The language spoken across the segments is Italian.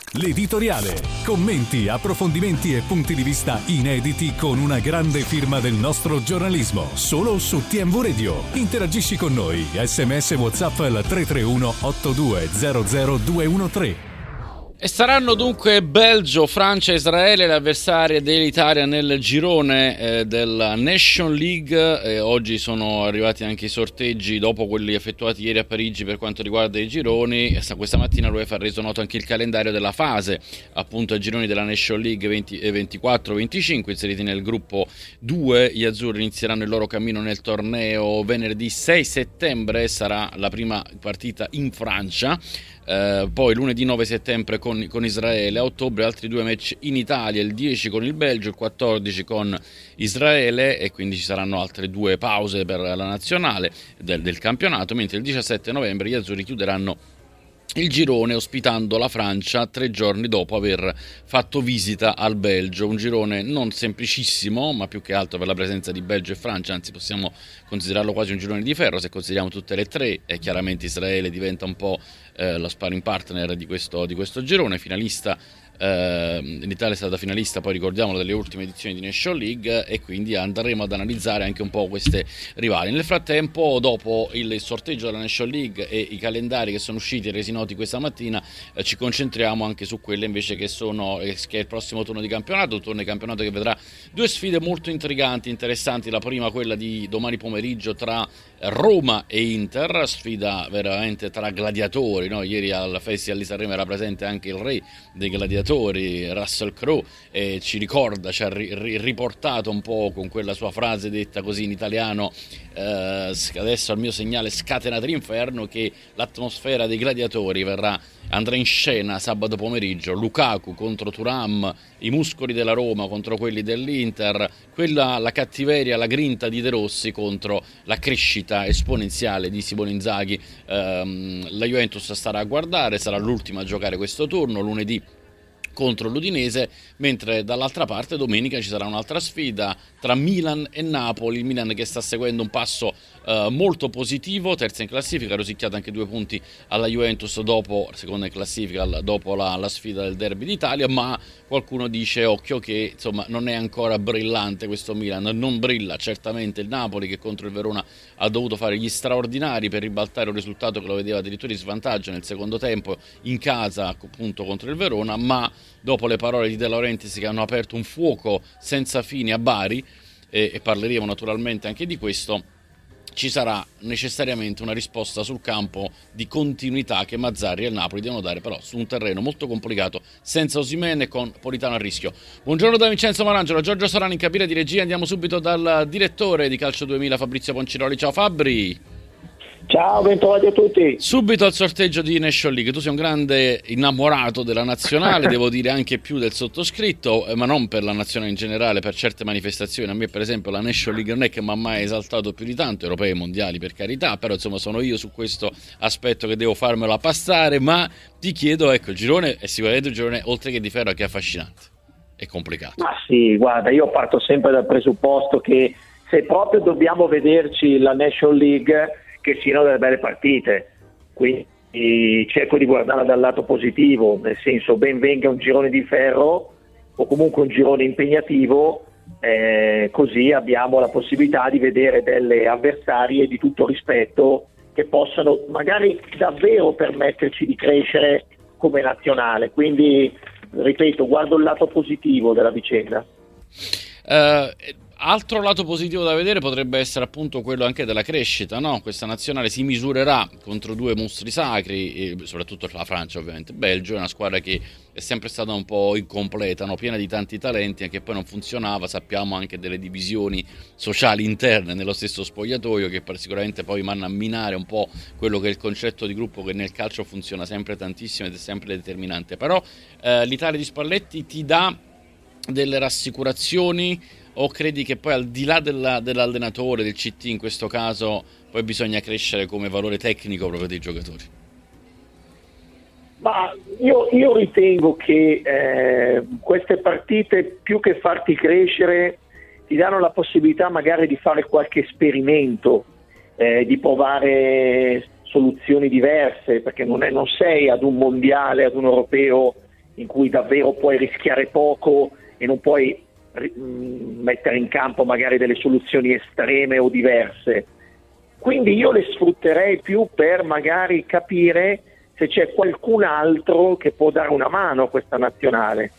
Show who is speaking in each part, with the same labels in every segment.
Speaker 1: L'editoriale. Commenti, approfondimenti e punti di vista inediti con una grande firma del nostro giornalismo. Solo su TMV Radio. Interagisci con noi. SMS WhatsApp al 331 8200 213.
Speaker 2: E saranno dunque Belgio, Francia e Israele le avversarie dell'Italia nel girone della Nation League. Oggi sono arrivati anche i sorteggi dopo quelli effettuati ieri a Parigi per quanto riguarda i gironi. Questa mattina l'UEFA ha reso noto anche il calendario della fase, appunto ai gironi della Nation League 24-25 inseriti nel gruppo 2. Gli azzurri inizieranno il loro cammino nel torneo venerdì 6 settembre, sarà la prima partita in Francia. Poi lunedì 9 settembre con Israele, a ottobre altri 2 match in Italia, il 10 con il Belgio, il 14 con Israele, e quindi ci saranno altre 2 pause per la nazionale del campionato, mentre il 17 novembre gli azzurri chiuderanno il girone ospitando la Francia 3 giorni dopo aver fatto visita al Belgio. Un girone non semplicissimo, ma più che altro per la presenza di Belgio e Francia, anzi possiamo considerarlo quasi un girone di ferro se consideriamo tutte le 3, e chiaramente Israele diventa un po' lo sparring partner di questo girone. Finalista, l'Italia è stata finalista, poi ricordiamolo, delle ultime edizioni di Nation League, e quindi andremo ad analizzare anche un po' queste rivali. Nel frattempo, dopo il sorteggio della Nation League e i calendari che sono usciti e resi noti questa mattina, ci concentriamo anche su quelle invece che è il prossimo turno di campionato, un turno di campionato che vedrà 2 sfide molto intriganti, interessanti. La prima, quella di domani pomeriggio tra Roma e Inter, sfida veramente tra gladiatori, no? Ieri al Festival di Sanremo era presente anche il re dei gladiatori, Russell Crowe, e ci ha riportato un po' con quella sua frase detta così in italiano, adesso al mio segnale scatenate l'inferno, che l'atmosfera dei gladiatori andrà in scena sabato pomeriggio. Lukaku contro Thuram, i muscoli della Roma contro quelli dell'Inter, la cattiveria, la grinta di De Rossi contro la crescita esponenziale di Simone Inzaghi. La Juventus starà a guardare, sarà l'ultima a giocare questo turno, lunedì contro l'Udinese, mentre dall'altra parte domenica ci sarà un'altra sfida tra Milan e Napoli. Il Milan che sta seguendo un passo molto positivo, terza in classifica, rosicchiata anche 2 punti alla Juventus seconda in classifica dopo la sfida del Derby d'Italia, ma qualcuno dice occhio che insomma non è ancora brillante questo Milan, non brilla certamente il Napoli, che contro il Verona ha dovuto fare gli straordinari per ribaltare un risultato che lo vedeva addirittura in svantaggio nel secondo tempo in casa, appunto contro il Verona, ma dopo le parole di De Laurentiis che hanno aperto un fuoco senza fine a Bari, e parleremo naturalmente anche di questo, ci sarà necessariamente una risposta sul campo di continuità che Mazzarri e il Napoli devono dare, però su un terreno molto complicato, senza Osimhen e con Politano a rischio. Buongiorno da Vincenzo Marangelo, Giorgio Sorani in cabina di regia. Andiamo subito dal direttore di Calcio 2000 Fabrizio Ponciroli. Ciao Fabri.
Speaker 3: Ciao, bentrovati a tutti.
Speaker 2: Subito al sorteggio di Nation League. Tu sei un grande innamorato della nazionale, devo dire anche più del sottoscritto, ma non per la nazionale in generale, per certe manifestazioni. A me per esempio la Nation League non è che mi ha mai esaltato più di tanto, europei e mondiali per carità, però insomma sono io su questo aspetto che devo farmela passare. Ma ti chiedo, ecco, il girone è sicuramente un girone oltre che di ferro che è affascinante, è complicato.
Speaker 3: Ma sì, guarda, io parto sempre dal presupposto che se proprio dobbiamo vederci la Nation League, che siano delle belle partite, quindi cerco di guardarla dal lato positivo, nel senso ben venga un girone di ferro o comunque un girone impegnativo, così abbiamo la possibilità di vedere delle avversarie di tutto rispetto che possano magari davvero permetterci di crescere come nazionale, quindi ripeto, guardo il lato positivo della vicenda.
Speaker 2: Altro lato positivo da vedere potrebbe essere appunto quello anche della crescita, no? Questa nazionale si misurerà contro 2 mostri sacri, soprattutto la Francia ovviamente. Belgio è una squadra che è sempre stata un po' incompleta, no? Piena di tanti talenti, anche poi non funzionava. Sappiamo anche delle divisioni sociali interne nello stesso spogliatoio che sicuramente poi vanno a minare un po' quello che è il concetto di gruppo che nel calcio funziona sempre tantissimo ed è sempre determinante. Però l'Italia di Spalletti ti dà delle rassicurazioni, o credi che poi al di là dell'allenatore, del CT in questo caso, poi bisogna crescere come valore tecnico proprio dei giocatori?
Speaker 3: Ma io ritengo che queste partite, più che farti crescere, ti danno la possibilità magari di fare qualche esperimento, di provare soluzioni diverse, perché non sei ad un mondiale, ad un europeo in cui davvero puoi rischiare poco e non puoi mettere in campo magari delle soluzioni estreme o diverse. Quindi io le sfrutterei più per magari capire se c'è qualcun altro che può dare una mano a questa nazionale.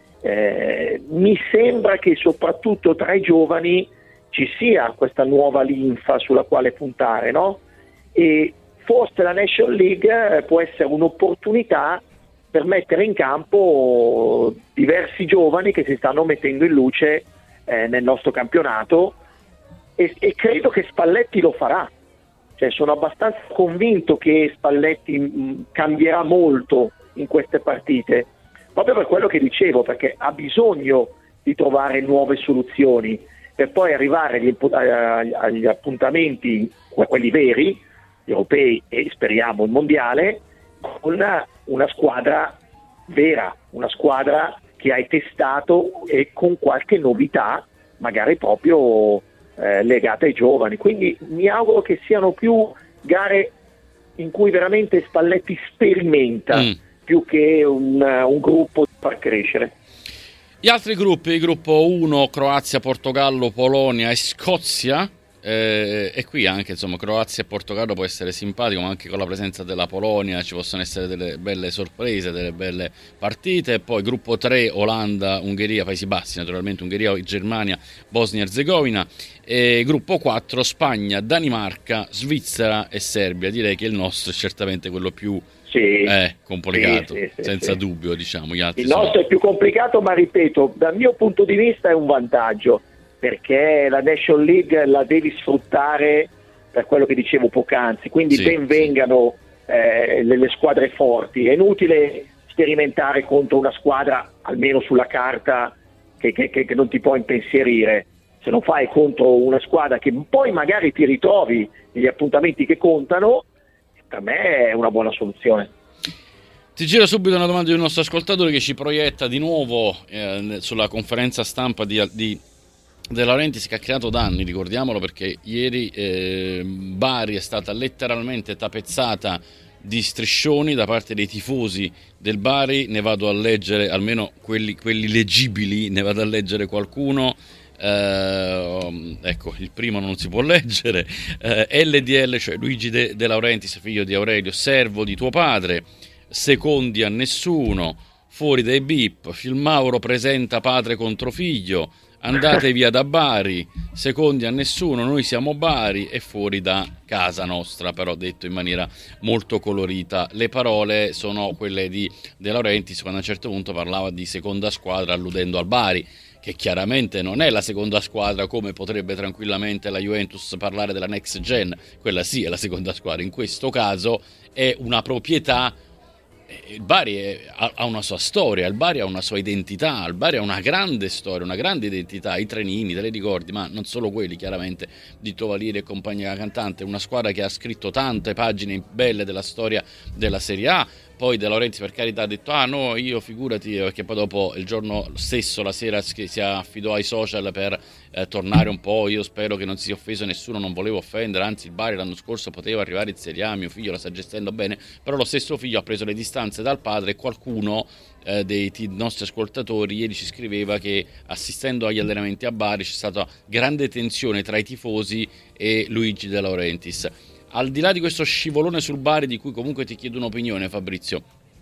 Speaker 3: Mi sembra che soprattutto tra i giovani ci sia questa nuova linfa sulla quale puntare, no? E forse la Nation League può essere un'opportunità per mettere in campo diversi giovani che si stanno mettendo in luce nel nostro campionato, e credo che Spalletti lo farà. Cioè, sono abbastanza convinto che Spalletti cambierà molto in queste partite, proprio per quello che dicevo, perché ha bisogno di trovare nuove soluzioni per poi arrivare agli appuntamenti, quelli veri, europei e speriamo il mondiale, con una squadra vera, una squadra che hai testato e con qualche novità, magari proprio legate ai giovani. Quindi mi auguro che siano più gare in cui veramente Spalletti sperimenta più che un gruppo da far crescere.
Speaker 2: Gli altri gruppi, gruppo 1, Croazia, Portogallo, Polonia e Scozia. E qui anche insomma Croazia e Portogallo può essere simpatico, ma anche con la presenza della Polonia ci possono essere delle belle sorprese, delle belle partite. Poi gruppo 3, Olanda, Ungheria, Paesi Bassi naturalmente, Ungheria, Germania, Bosnia e Erzegovina. E gruppo 4, Spagna, Danimarca, Svizzera e Serbia. Direi che il nostro è certamente quello più complicato, senza dubbio, diciamo. Gli altri
Speaker 3: nostro è più complicato, ma ripeto, dal mio punto di vista è un vantaggio, perché la Nation League la devi sfruttare per quello che dicevo poc'anzi, quindi ben vengano le squadre forti. È inutile sperimentare contro una squadra, almeno sulla carta, che non ti può impensierire. Se non fai contro una squadra che poi magari ti ritrovi negli appuntamenti che contano, per me è una buona soluzione.
Speaker 2: Ti giro subito una domanda di un nostro ascoltatore che ci proietta di nuovo sulla conferenza stampa di De Laurentiis, che ha creato danni, ricordiamolo, perché ieri Bari è stata letteralmente tapezzata di striscioni da parte dei tifosi del Bari. Ne vado a leggere almeno quelli leggibili, ne vado a leggere qualcuno. Ecco, il primo non si può leggere. LDL, cioè Luigi De Laurentiis, figlio di Aurelio, servo di tuo padre, secondi a nessuno, fuori dai bip, Filmauro presenta padre contro figlio, andate via da Bari, secondi a nessuno, noi siamo Bari, e fuori da casa nostra, però detto in maniera molto colorita. Le parole sono quelle di De Laurentiis quando a un certo punto parlava di seconda squadra alludendo al Bari, che chiaramente non è la seconda squadra come potrebbe tranquillamente la Juventus parlare della next gen. Quella sì è la seconda squadra, in questo caso è una proprietà. Il Bari ha una sua storia, il Bari ha una sua identità, il Bari ha una grande storia, una grande identità, i trenini, te li ricordi, ma non solo quelli, chiaramente, di Tovalieri e compagnia cantante, una squadra che ha scritto tante pagine belle della storia della Serie A. Poi De Laurentiis, per carità, ha detto no, io figurati, perché poi dopo il giorno stesso, la sera, si affidò ai social per tornare un po'. Io spero che non si sia offeso nessuno, non volevo offendere, anzi il Bari l'anno scorso poteva arrivare in Serie A, mio figlio la sta gestendo bene, però lo stesso figlio ha preso le distanze dal padre, e qualcuno dei nostri ascoltatori ieri ci scriveva che assistendo agli allenamenti a Bari c'è stata grande tensione tra i tifosi e Luigi De Laurentiis. Al di là di questo scivolone sul Bari, di cui comunque ti chiedo un'opinione, Fabrizio,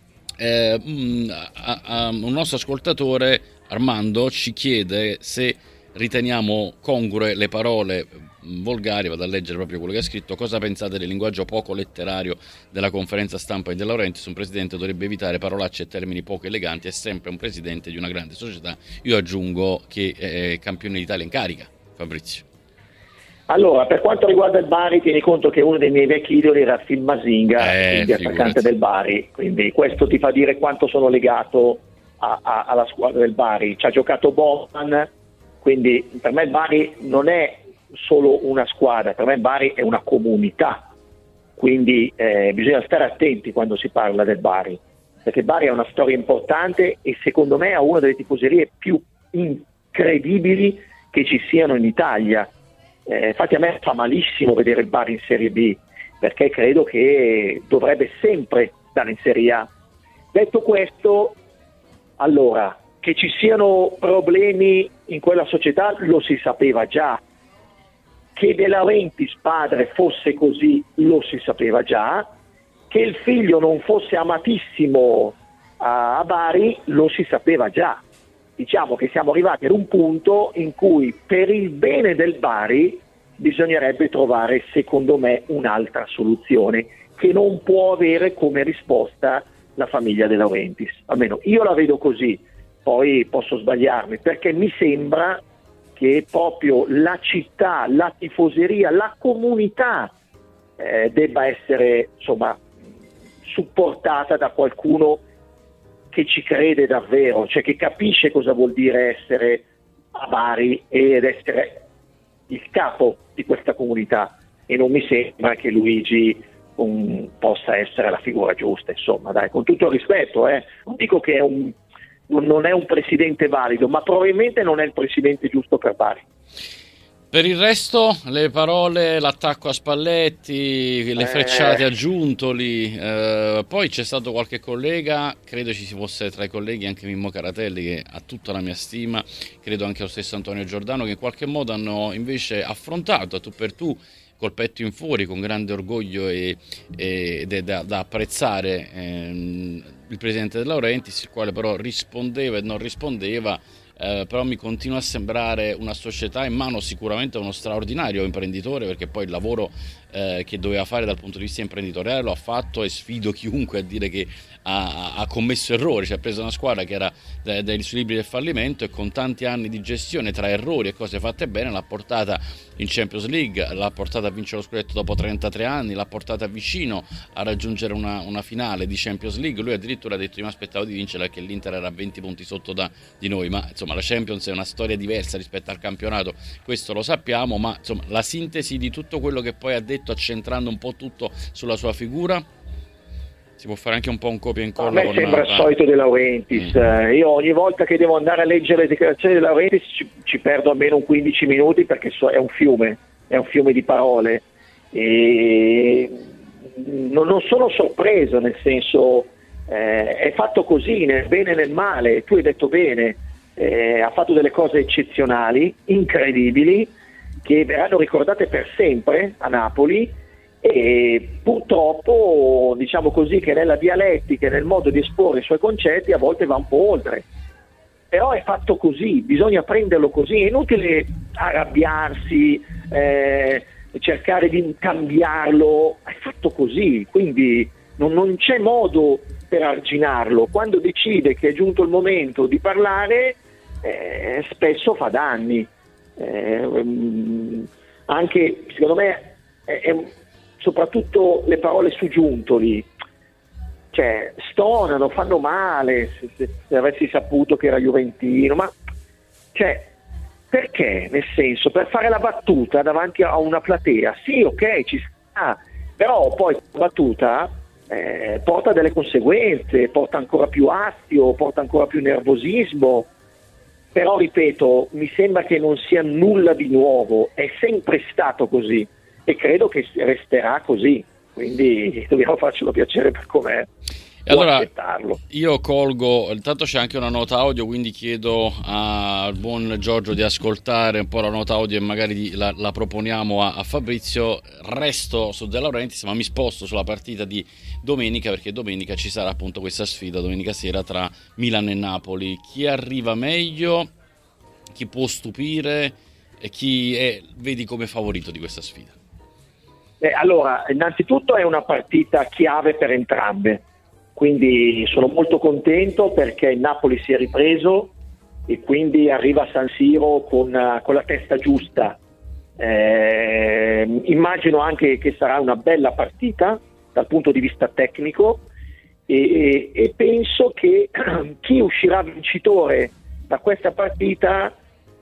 Speaker 2: un nostro ascoltatore, Armando, ci chiede se riteniamo congrue le parole volgari, vado a leggere proprio quello che ha scritto: cosa pensate del linguaggio poco letterario della conferenza stampa di De Laurentiis? Un presidente dovrebbe evitare parolacce e termini poco eleganti, è sempre un presidente di una grande società. Io aggiungo che è campione d'Italia in carica. Fabrizio.
Speaker 3: Allora, per quanto riguarda il Bari, tieni conto che uno dei miei vecchi idoli era Phil Masinga, quindi attaccante del Bari, quindi questo ti fa dire quanto sono legato alla squadra del Bari. Ci ha giocato Bosman, quindi per me il Bari non è solo una squadra, per me il Bari è una comunità, quindi bisogna stare attenti quando si parla del Bari, perché il Bari ha una storia importante e secondo me ha una delle tifoserie più incredibili che ci siano in Italia. Infatti a me fa malissimo vedere il Bari in Serie B, perché credo che dovrebbe sempre stare in Serie A. Detto questo, Allora, che ci siano problemi in quella società lo si sapeva già, che De Laurentiis padre fosse così lo si sapeva già, che il figlio non fosse amatissimo a Bari lo si sapeva già. Diciamo che siamo arrivati ad un punto in cui per il bene del Bari bisognerebbe trovare, secondo me, un'altra soluzione che non può avere come risposta la famiglia De Laurentiis. Almeno io la vedo così, poi posso sbagliarmi, perché mi sembra che proprio la città, la tifoseria, la comunità debba essere, insomma, supportata da qualcuno che ci crede davvero, cioè che capisce cosa vuol dire essere a Bari ed essere il capo di questa comunità, e non mi sembra che Luigi possa essere la figura giusta, insomma, dai, con tutto il rispetto, non dico che non è un presidente valido, ma probabilmente non è il presidente giusto per Bari.
Speaker 2: Per il resto, le parole, l'attacco a Spalletti, le frecciate a Giuntoli, poi c'è stato qualche collega, credo ci si fosse tra i colleghi anche Mimmo Caratelli, che ha tutta la mia stima, credo anche lo stesso Antonio Giordano, che in qualche modo hanno invece affrontato a tu per tu, col petto in fuori, con grande orgoglio ed è da apprezzare il presidente De Laurentiis, il quale però rispondeva e non rispondeva. Però mi continua a sembrare una società in mano sicuramente a uno straordinario imprenditore, perché poi il lavoro che doveva fare dal punto di vista imprenditoriale lo ha fatto, e sfido chiunque a dire che ha commesso errori. Cioè, ha preso una squadra che era dai suoi libri del fallimento e con tanti anni di gestione tra errori e cose fatte bene l'ha portata in Champions League, l'ha portata a vincere lo scudetto dopo 33 anni, l'ha portata vicino a raggiungere una finale di Champions League. Lui addirittura ha detto: io mi aspettavo di vincere perché l'Inter era 20 punti sotto di noi, ma insomma la Champions è una storia diversa rispetto al campionato, questo lo sappiamo, ma insomma la sintesi di tutto quello che poi ha detto, accentrando un po' tutto sulla sua figura, si può fare anche un po' un copia e incolla.
Speaker 3: A me sembra il solito De Laurentiis. Io ogni volta che devo andare a leggere le dichiarazioni di De Laurentiis ci perdo almeno 15 minuti, perché è un fiume di parole, e non sono sorpreso, nel senso, è fatto così, nel bene e nel male. Tu hai detto bene, ha fatto delle cose eccezionali, incredibili, che verranno ricordate per sempre a Napoli, e purtroppo, diciamo così, che nella dialettica e nel modo di esporre i suoi concetti a volte va un po' oltre, però è fatto così, bisogna prenderlo così, è inutile arrabbiarsi, cercare di cambiarlo, è fatto così, quindi non c'è modo per arginarlo. Quando decide che è giunto il momento di parlare, spesso fa danni, anche secondo me soprattutto le parole su Giuntoli, cioè stonano, fanno male. Se avessi saputo che era juventino, ma cioè, perché? Nel senso, per fare la battuta davanti a una platea, sì, ok, ci sta, però poi la battuta porta delle conseguenze, porta ancora più astio, porta ancora più nervosismo. Però ripeto, mi sembra che non sia nulla di nuovo, è sempre stato così e credo che resterà così, quindi dobbiamo farcelo piacere per com'è.
Speaker 2: E allora
Speaker 3: accettarlo.
Speaker 2: Io colgo, intanto c'è anche una nota audio, quindi chiedo al buon Giorgio di ascoltare un po' la nota audio e magari la proponiamo a Fabrizio. Resto su De Laurentiis, ma mi sposto sulla partita di domenica, perché domenica ci sarà appunto questa sfida, domenica sera, tra Milan e Napoli. Chi arriva meglio, chi può stupire e chi vedi come favorito di questa sfida?
Speaker 3: Allora, innanzitutto è una partita chiave per entrambe, quindi sono molto contento perché il Napoli si è ripreso e quindi arriva a San Siro con la testa giusta. Immagino anche che sarà una bella partita dal punto di vista tecnico, e penso che chi uscirà vincitore da questa partita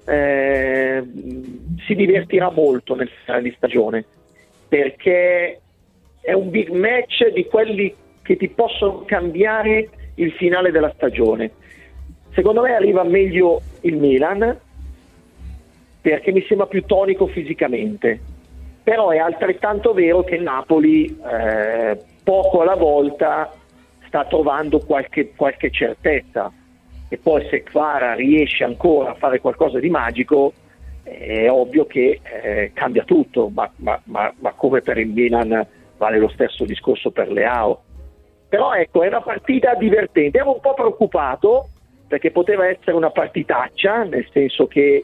Speaker 3: si divertirà molto nel finale di stagione, perché è un big match di quelli che ti possono cambiare il finale della stagione. Secondo me arriva meglio il Milan, perché mi sembra più tonico fisicamente, però è altrettanto vero che il Napoli poco alla volta sta trovando qualche certezza, e poi se Kvara riesce ancora a fare qualcosa di magico, è ovvio che cambia tutto, ma come per il Milan vale lo stesso discorso per Leao. Però ecco, è una partita divertente, ero un po' preoccupato perché poteva essere una partitaccia, nel senso che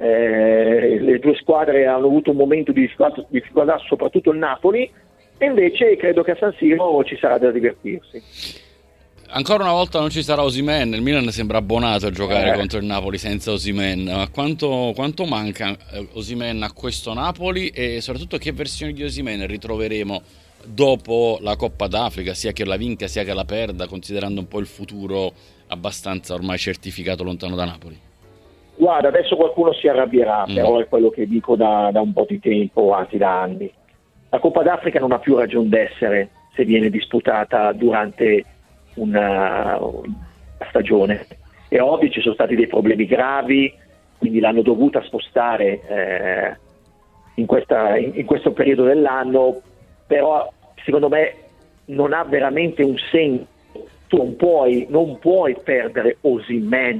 Speaker 3: le due squadre hanno avuto un momento di difficoltà, soprattutto il Napoli, e invece credo che a San Siro ci sarà da divertirsi.
Speaker 2: Ancora una volta non ci sarà Osimhen, il Milan sembra abbonato a giocare contro il Napoli senza Osimhen, ma quanto manca Osimhen a questo Napoli, e soprattutto che versioni di Osimhen ritroveremo dopo la Coppa d'Africa, sia che la vinca sia che la perda, considerando un po' il futuro abbastanza ormai certificato lontano da Napoli?
Speaker 3: Guarda, adesso qualcuno si arrabbierà, però è quello che dico da un po' di tempo, anzi da anni. La Coppa d'Africa non ha più ragion d'essere se viene disputata durante una stagione. È ovvio, ci sono stati dei problemi gravi, quindi l'hanno dovuta spostare in questo periodo dell'anno, però secondo me non ha veramente un senso. Tu non puoi perdere Osimhen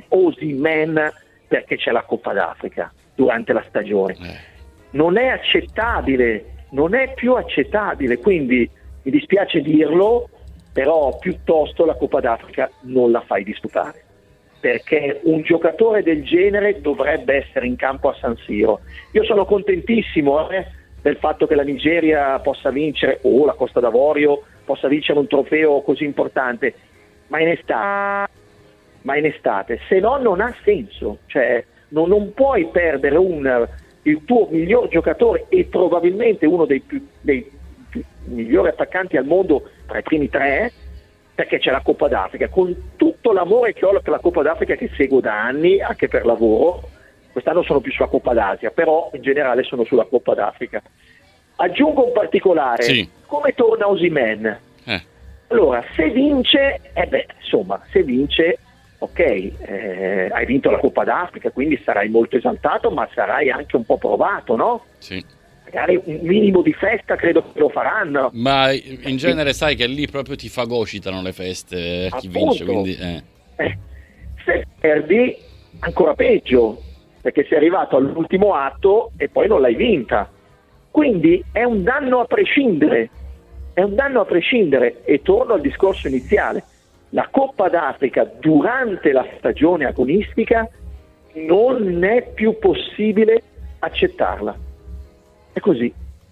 Speaker 3: perché c'è la Coppa d'Africa durante la stagione. Non è accettabile, non è più accettabile, quindi mi dispiace dirlo, però piuttosto la Coppa d'Africa non la fai disputare, perché un giocatore del genere dovrebbe essere in campo a San Siro. Io sono contentissimo del fatto che la Nigeria possa vincere, o la Costa d'Avorio possa vincere un trofeo così importante, ma in estate, se no non ha senso, cioè non puoi perdere il tuo miglior giocatore e probabilmente uno dei migliori attaccanti al mondo tra i primi tre, perché c'è la Coppa d'Africa, con tutto l'amore che ho per la Coppa d'Africa, che seguo da anni anche per lavoro. Quest'anno sono più sulla Coppa d'Asia, però in generale sono sulla Coppa d'Africa. Aggiungo un particolare, sì. Come torna Osimhen? Allora, se vince, ok, hai vinto la Coppa d'Africa, quindi sarai molto esaltato, ma sarai anche un po' provato, no? Sì. Magari un minimo di festa credo che lo faranno.
Speaker 2: Ma in genere sai che lì proprio ti fagocitano le feste chi vince, quindi
Speaker 3: se perdi ancora peggio, perché sei arrivato all'ultimo atto e poi non l'hai vinta. Quindi è un danno a prescindere. E torno al discorso iniziale. La Coppa d'Africa durante la stagione agonistica non è più possibile accettarla. È così.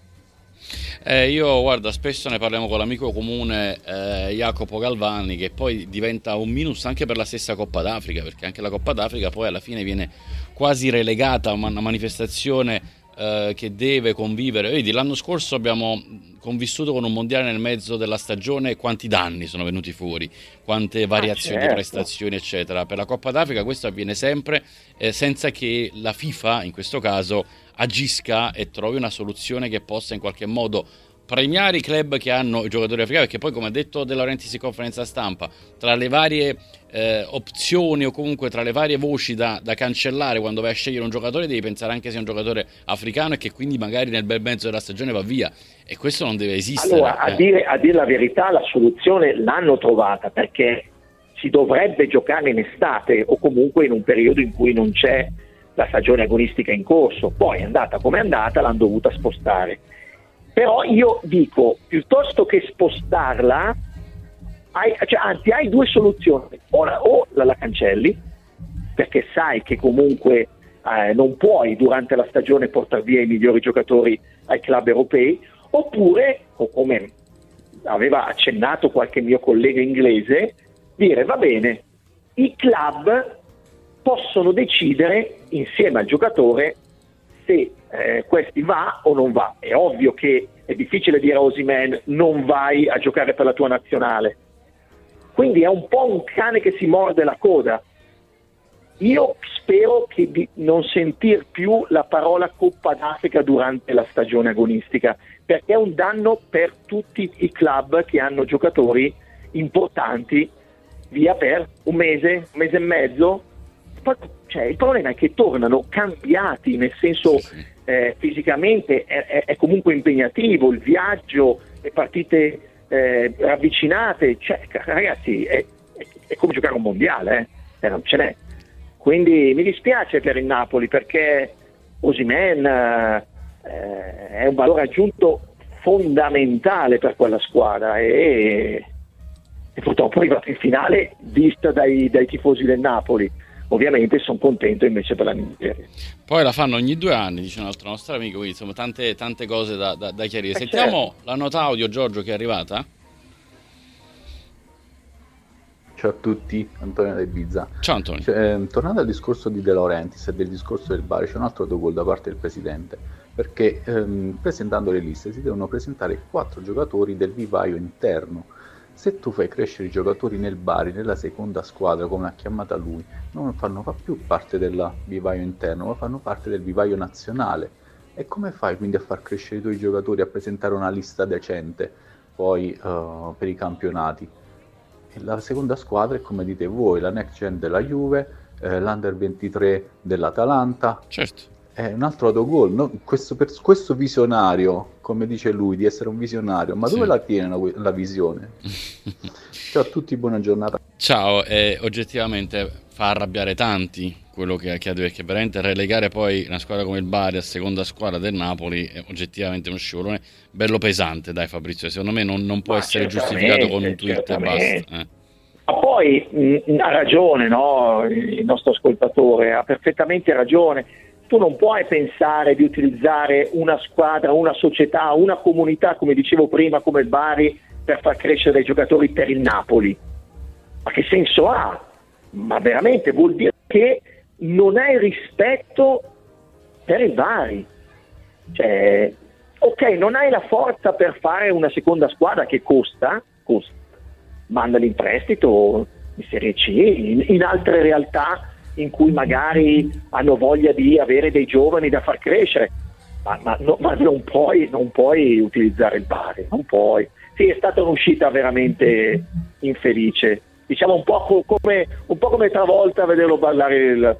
Speaker 2: Io guarda, spesso ne parliamo con l'amico comune Jacopo Galvani, che poi diventa un minus anche per la stessa Coppa d'Africa, perché anche la Coppa d'Africa poi alla fine viene quasi relegata a una manifestazione che deve convivere. Vedi, l'anno scorso abbiamo convissuto con un mondiale nel mezzo della stagione, quanti danni sono venuti fuori, quante variazioni di prestazioni eccetera. Per la Coppa d'Africa questo avviene sempre senza che la FIFA in questo caso agisca e trovi una soluzione che possa in qualche modo premiare i club che hanno i giocatori africani, perché poi, come ha detto De Laurentiis in conferenza stampa, tra le varie opzioni o comunque tra le varie voci da cancellare quando vai a scegliere un giocatore, devi pensare anche se è un giocatore africano e che quindi magari nel bel mezzo della stagione va via, e questo non deve esistere.
Speaker 3: Allora, a dire la verità, la soluzione l'hanno trovata, perché si dovrebbe giocare in estate o comunque in un periodo in cui non c'è la stagione agonistica in corso. Poi è andata come è andata, l'hanno dovuta spostare. Però io dico, piuttosto che spostarla, hai due soluzioni: o la cancelli, perché sai che comunque non puoi durante la stagione portare via i migliori giocatori ai club europei, oppure, o come aveva accennato qualche mio collega inglese, dire va bene, i club possono decidere insieme al giocatore se questi va o non va. È ovvio che è difficile dire a Osimhen non vai a giocare per la tua nazionale, quindi è un po' un cane che si morde la coda. Io spero di non sentir più la parola Coppa d'Africa durante la stagione agonistica, perché è un danno per tutti i club che hanno giocatori importanti via per un mese e mezzo. Il problema è che tornano cambiati, nel senso fisicamente è comunque impegnativo il viaggio, le partite ravvicinate, ragazzi, è come giocare un mondiale, non ce n'è. Quindi mi dispiace per il Napoli, perché Osimhen è un valore aggiunto fondamentale per quella squadra e purtroppo è arrivato in finale vista dai tifosi del Napoli. Ovviamente sono contento invece per la Nigeria.
Speaker 2: Poi la fanno ogni 2 anni, dice un altro nostro amico, quindi insomma tante cose da chiarire. Sentiamo la nota audio, Giorgio, che è arrivata.
Speaker 4: Ciao a tutti, Antonio da Ibiza.
Speaker 2: Ciao Antonio.
Speaker 4: Tornando al discorso di De Laurentiis e del discorso del Bari, c'è un altro autogol da parte del presidente, perché presentando le liste si devono presentare 4 giocatori del vivaio interno. Se tu fai crescere i giocatori nel Bari, nella seconda squadra, come l'ha chiamata lui, non fanno più parte del vivaio interno, ma fanno parte del vivaio nazionale. E come fai quindi a far crescere i tuoi giocatori, a presentare una lista decente poi per i campionati? La seconda squadra è, come dite voi, la next gen della Juve, l'Under 23 dell'Atalanta.
Speaker 2: Certo.
Speaker 4: È un altro autogol, no? Questo visionario, come dice lui, di essere un visionario, ma dove la tiene la visione? Ciao a tutti, buona giornata.
Speaker 2: Ciao, oggettivamente fa arrabbiare tanti quello che accade, perché veramente relegare poi una squadra come il Bari a seconda squadra del Napoli è oggettivamente uno scivolone bello pesante, dai Fabrizio, secondo me non può essere giustificato con un tweet e basta.
Speaker 3: Ma poi ha ragione, no? Il nostro ascoltatore ha perfettamente ragione. Tu non puoi pensare di utilizzare una squadra, una società, una comunità, come dicevo prima, come il Bari, per far crescere dei giocatori per il Napoli. Ma che senso ha? Ma veramente vuol dire che non hai rispetto per il Bari. Cioè, ok, non hai la forza per fare una seconda squadra che costa, mandali in prestito in Serie C, in altre realtà in cui magari hanno voglia di avere dei giovani da far crescere, ma non puoi utilizzare il Bari, non puoi. Sì, è stata un'uscita veramente infelice, diciamo un po' come Travolta a vederlo ballare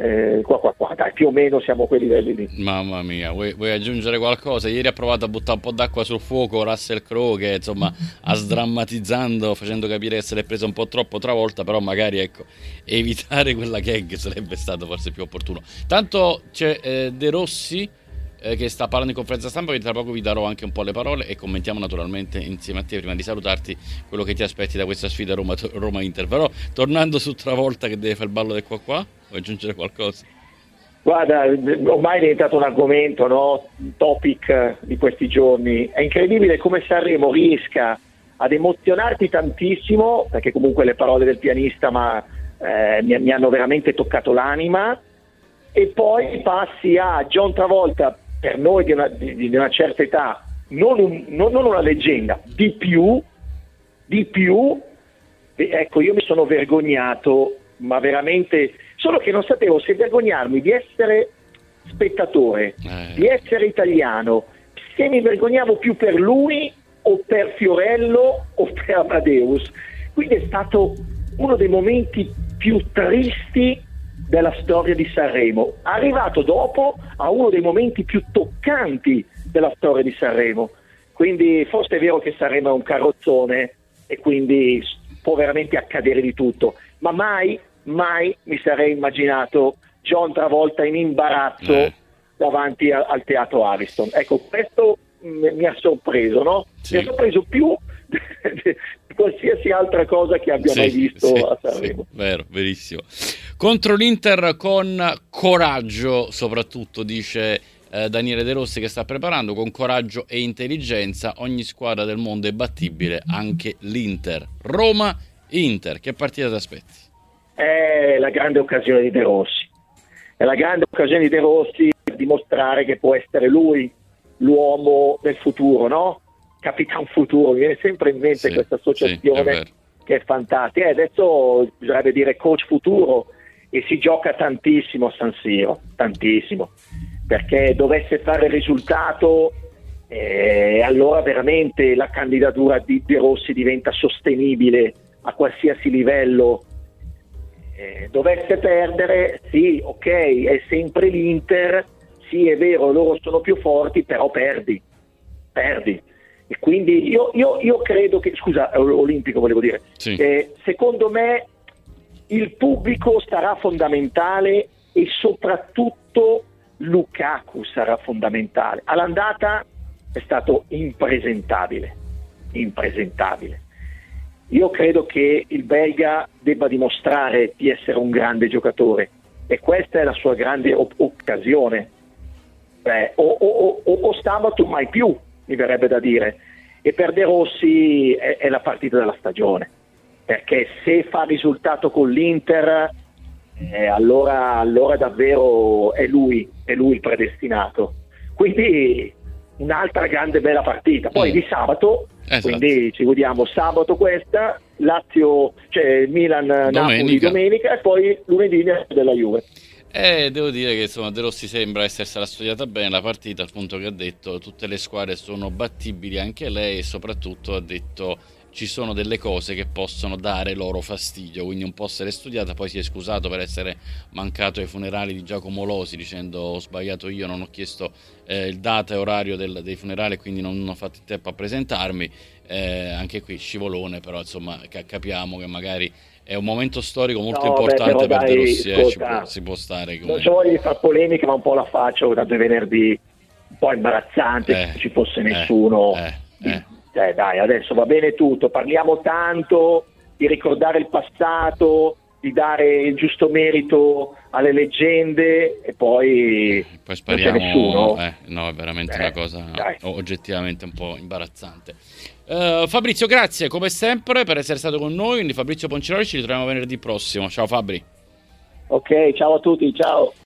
Speaker 3: qua, dai, più o meno siamo a quei livelli lì.
Speaker 2: Mamma mia, vuoi aggiungere qualcosa? Ieri ha provato a buttare un po' d'acqua sul fuoco Russell Crowe, che insomma sdrammatizzando, facendo capire che se l'è presa un po' troppo Travolta, però magari ecco, evitare quella gag sarebbe stato forse più opportuno. Tanto c'è De Rossi che sta parlando in conferenza stampa, quindi tra poco vi darò anche un po' le parole e commentiamo naturalmente insieme a te, prima di salutarti, quello che ti aspetti da questa sfida Roma-Inter. Però tornando su Travolta che deve fare il ballo del qua, vuoi aggiungere qualcosa?
Speaker 3: Guarda, ormai è diventato un argomento, no? Un topic di questi giorni. È incredibile come Sanremo riesca ad emozionarti tantissimo, perché comunque le parole del pianista mi hanno veramente toccato l'anima, e poi passi a John Travolta, per noi di una certa età, non una leggenda, di più, ecco, io mi sono vergognato, ma veramente, solo che non sapevo se vergognarmi di essere spettatore, di essere italiano, se mi vergognavo più per lui o per Fiorello o per Amadeus. Quindi è stato uno dei momenti più tristi della storia di Sanremo, arrivato dopo a uno dei momenti più toccanti della storia di Sanremo. Quindi forse è vero che Sanremo è un carrozzone e quindi può veramente accadere di tutto, ma mai mi sarei immaginato John Travolta in imbarazzo davanti al teatro Ariston. Ecco, questo mi ha sorpreso, no? Sì. Mi ha sorpreso più di qualsiasi altra cosa che abbia mai visto a Sanremo.
Speaker 2: Vero, verissimo. Contro l'Inter con coraggio, soprattutto, dice Daniele De Rossi, che sta preparando con coraggio e intelligenza. Ogni squadra del mondo è battibile, anche l'Inter. Roma-Inter, che partita ti aspetti?
Speaker 3: È la grande occasione di De Rossi. È la grande occasione di De Rossi per dimostrare che può essere lui l'uomo del futuro, no? Capitan Futuro, mi viene sempre in mente questa associazione che è fantastica. Adesso bisognerebbe dire Coach Futuro, e si gioca tantissimo a San Siro, tantissimo, perché dovesse fare il risultato, allora veramente la candidatura di De Rossi diventa sostenibile a qualsiasi livello. Dovesse perdere, sì, ok, è sempre l'Inter, sì, è vero, loro sono più forti, però perdi. E quindi io credo che, scusa, Olimpico volevo dire, secondo me il pubblico sarà fondamentale e soprattutto Lukaku sarà fondamentale. All'andata è stato impresentabile. Io credo che il belga debba dimostrare di essere un grande giocatore e questa è la sua grande occasione. O sabato mai più, mi verrebbe da dire. E per De Rossi è la partita della stagione, perché se fa risultato con l'Inter allora davvero è lui il predestinato. Quindi un'altra grande bella partita. Poi di sabato, quindi ci godiamo sabato questa, Lazio, cioè Milan-Napoli domenica e poi lunedì della Juve.
Speaker 2: Devo dire che insomma De Rossi sembra essersela studiata bene la partita, al punto che ha detto tutte le squadre sono battibili, anche lei, e soprattutto ha detto ci sono delle cose che possono dare loro fastidio, quindi un po' se l'è studiata. Poi si è scusato per essere mancato ai funerali di Giacomo Losi, dicendo ho sbagliato io, non ho chiesto il data e orario dei funerali, quindi non ho fatto il tempo a presentarmi. Anche qui scivolone, però insomma capiamo che magari è un momento storico molto importante per De Rossi, si può stare come...
Speaker 3: Non ci voglio fare polemica, ma un po' la faccio, tanto è venerdì, un po' imbarazzante se ci fosse nessuno. Dai, adesso va bene tutto, parliamo tanto di ricordare il passato, di dare il giusto merito alle leggende e poi
Speaker 2: spariamo.
Speaker 3: Non c'è nessuno.
Speaker 2: No, è veramente una cosa oggettivamente un po' imbarazzante. Fabrizio, grazie come sempre per essere stato con noi. Quindi Fabrizio Ponciroli, ci ritroviamo venerdì prossimo. Ciao Fabri.
Speaker 3: Ok, ciao a tutti, ciao.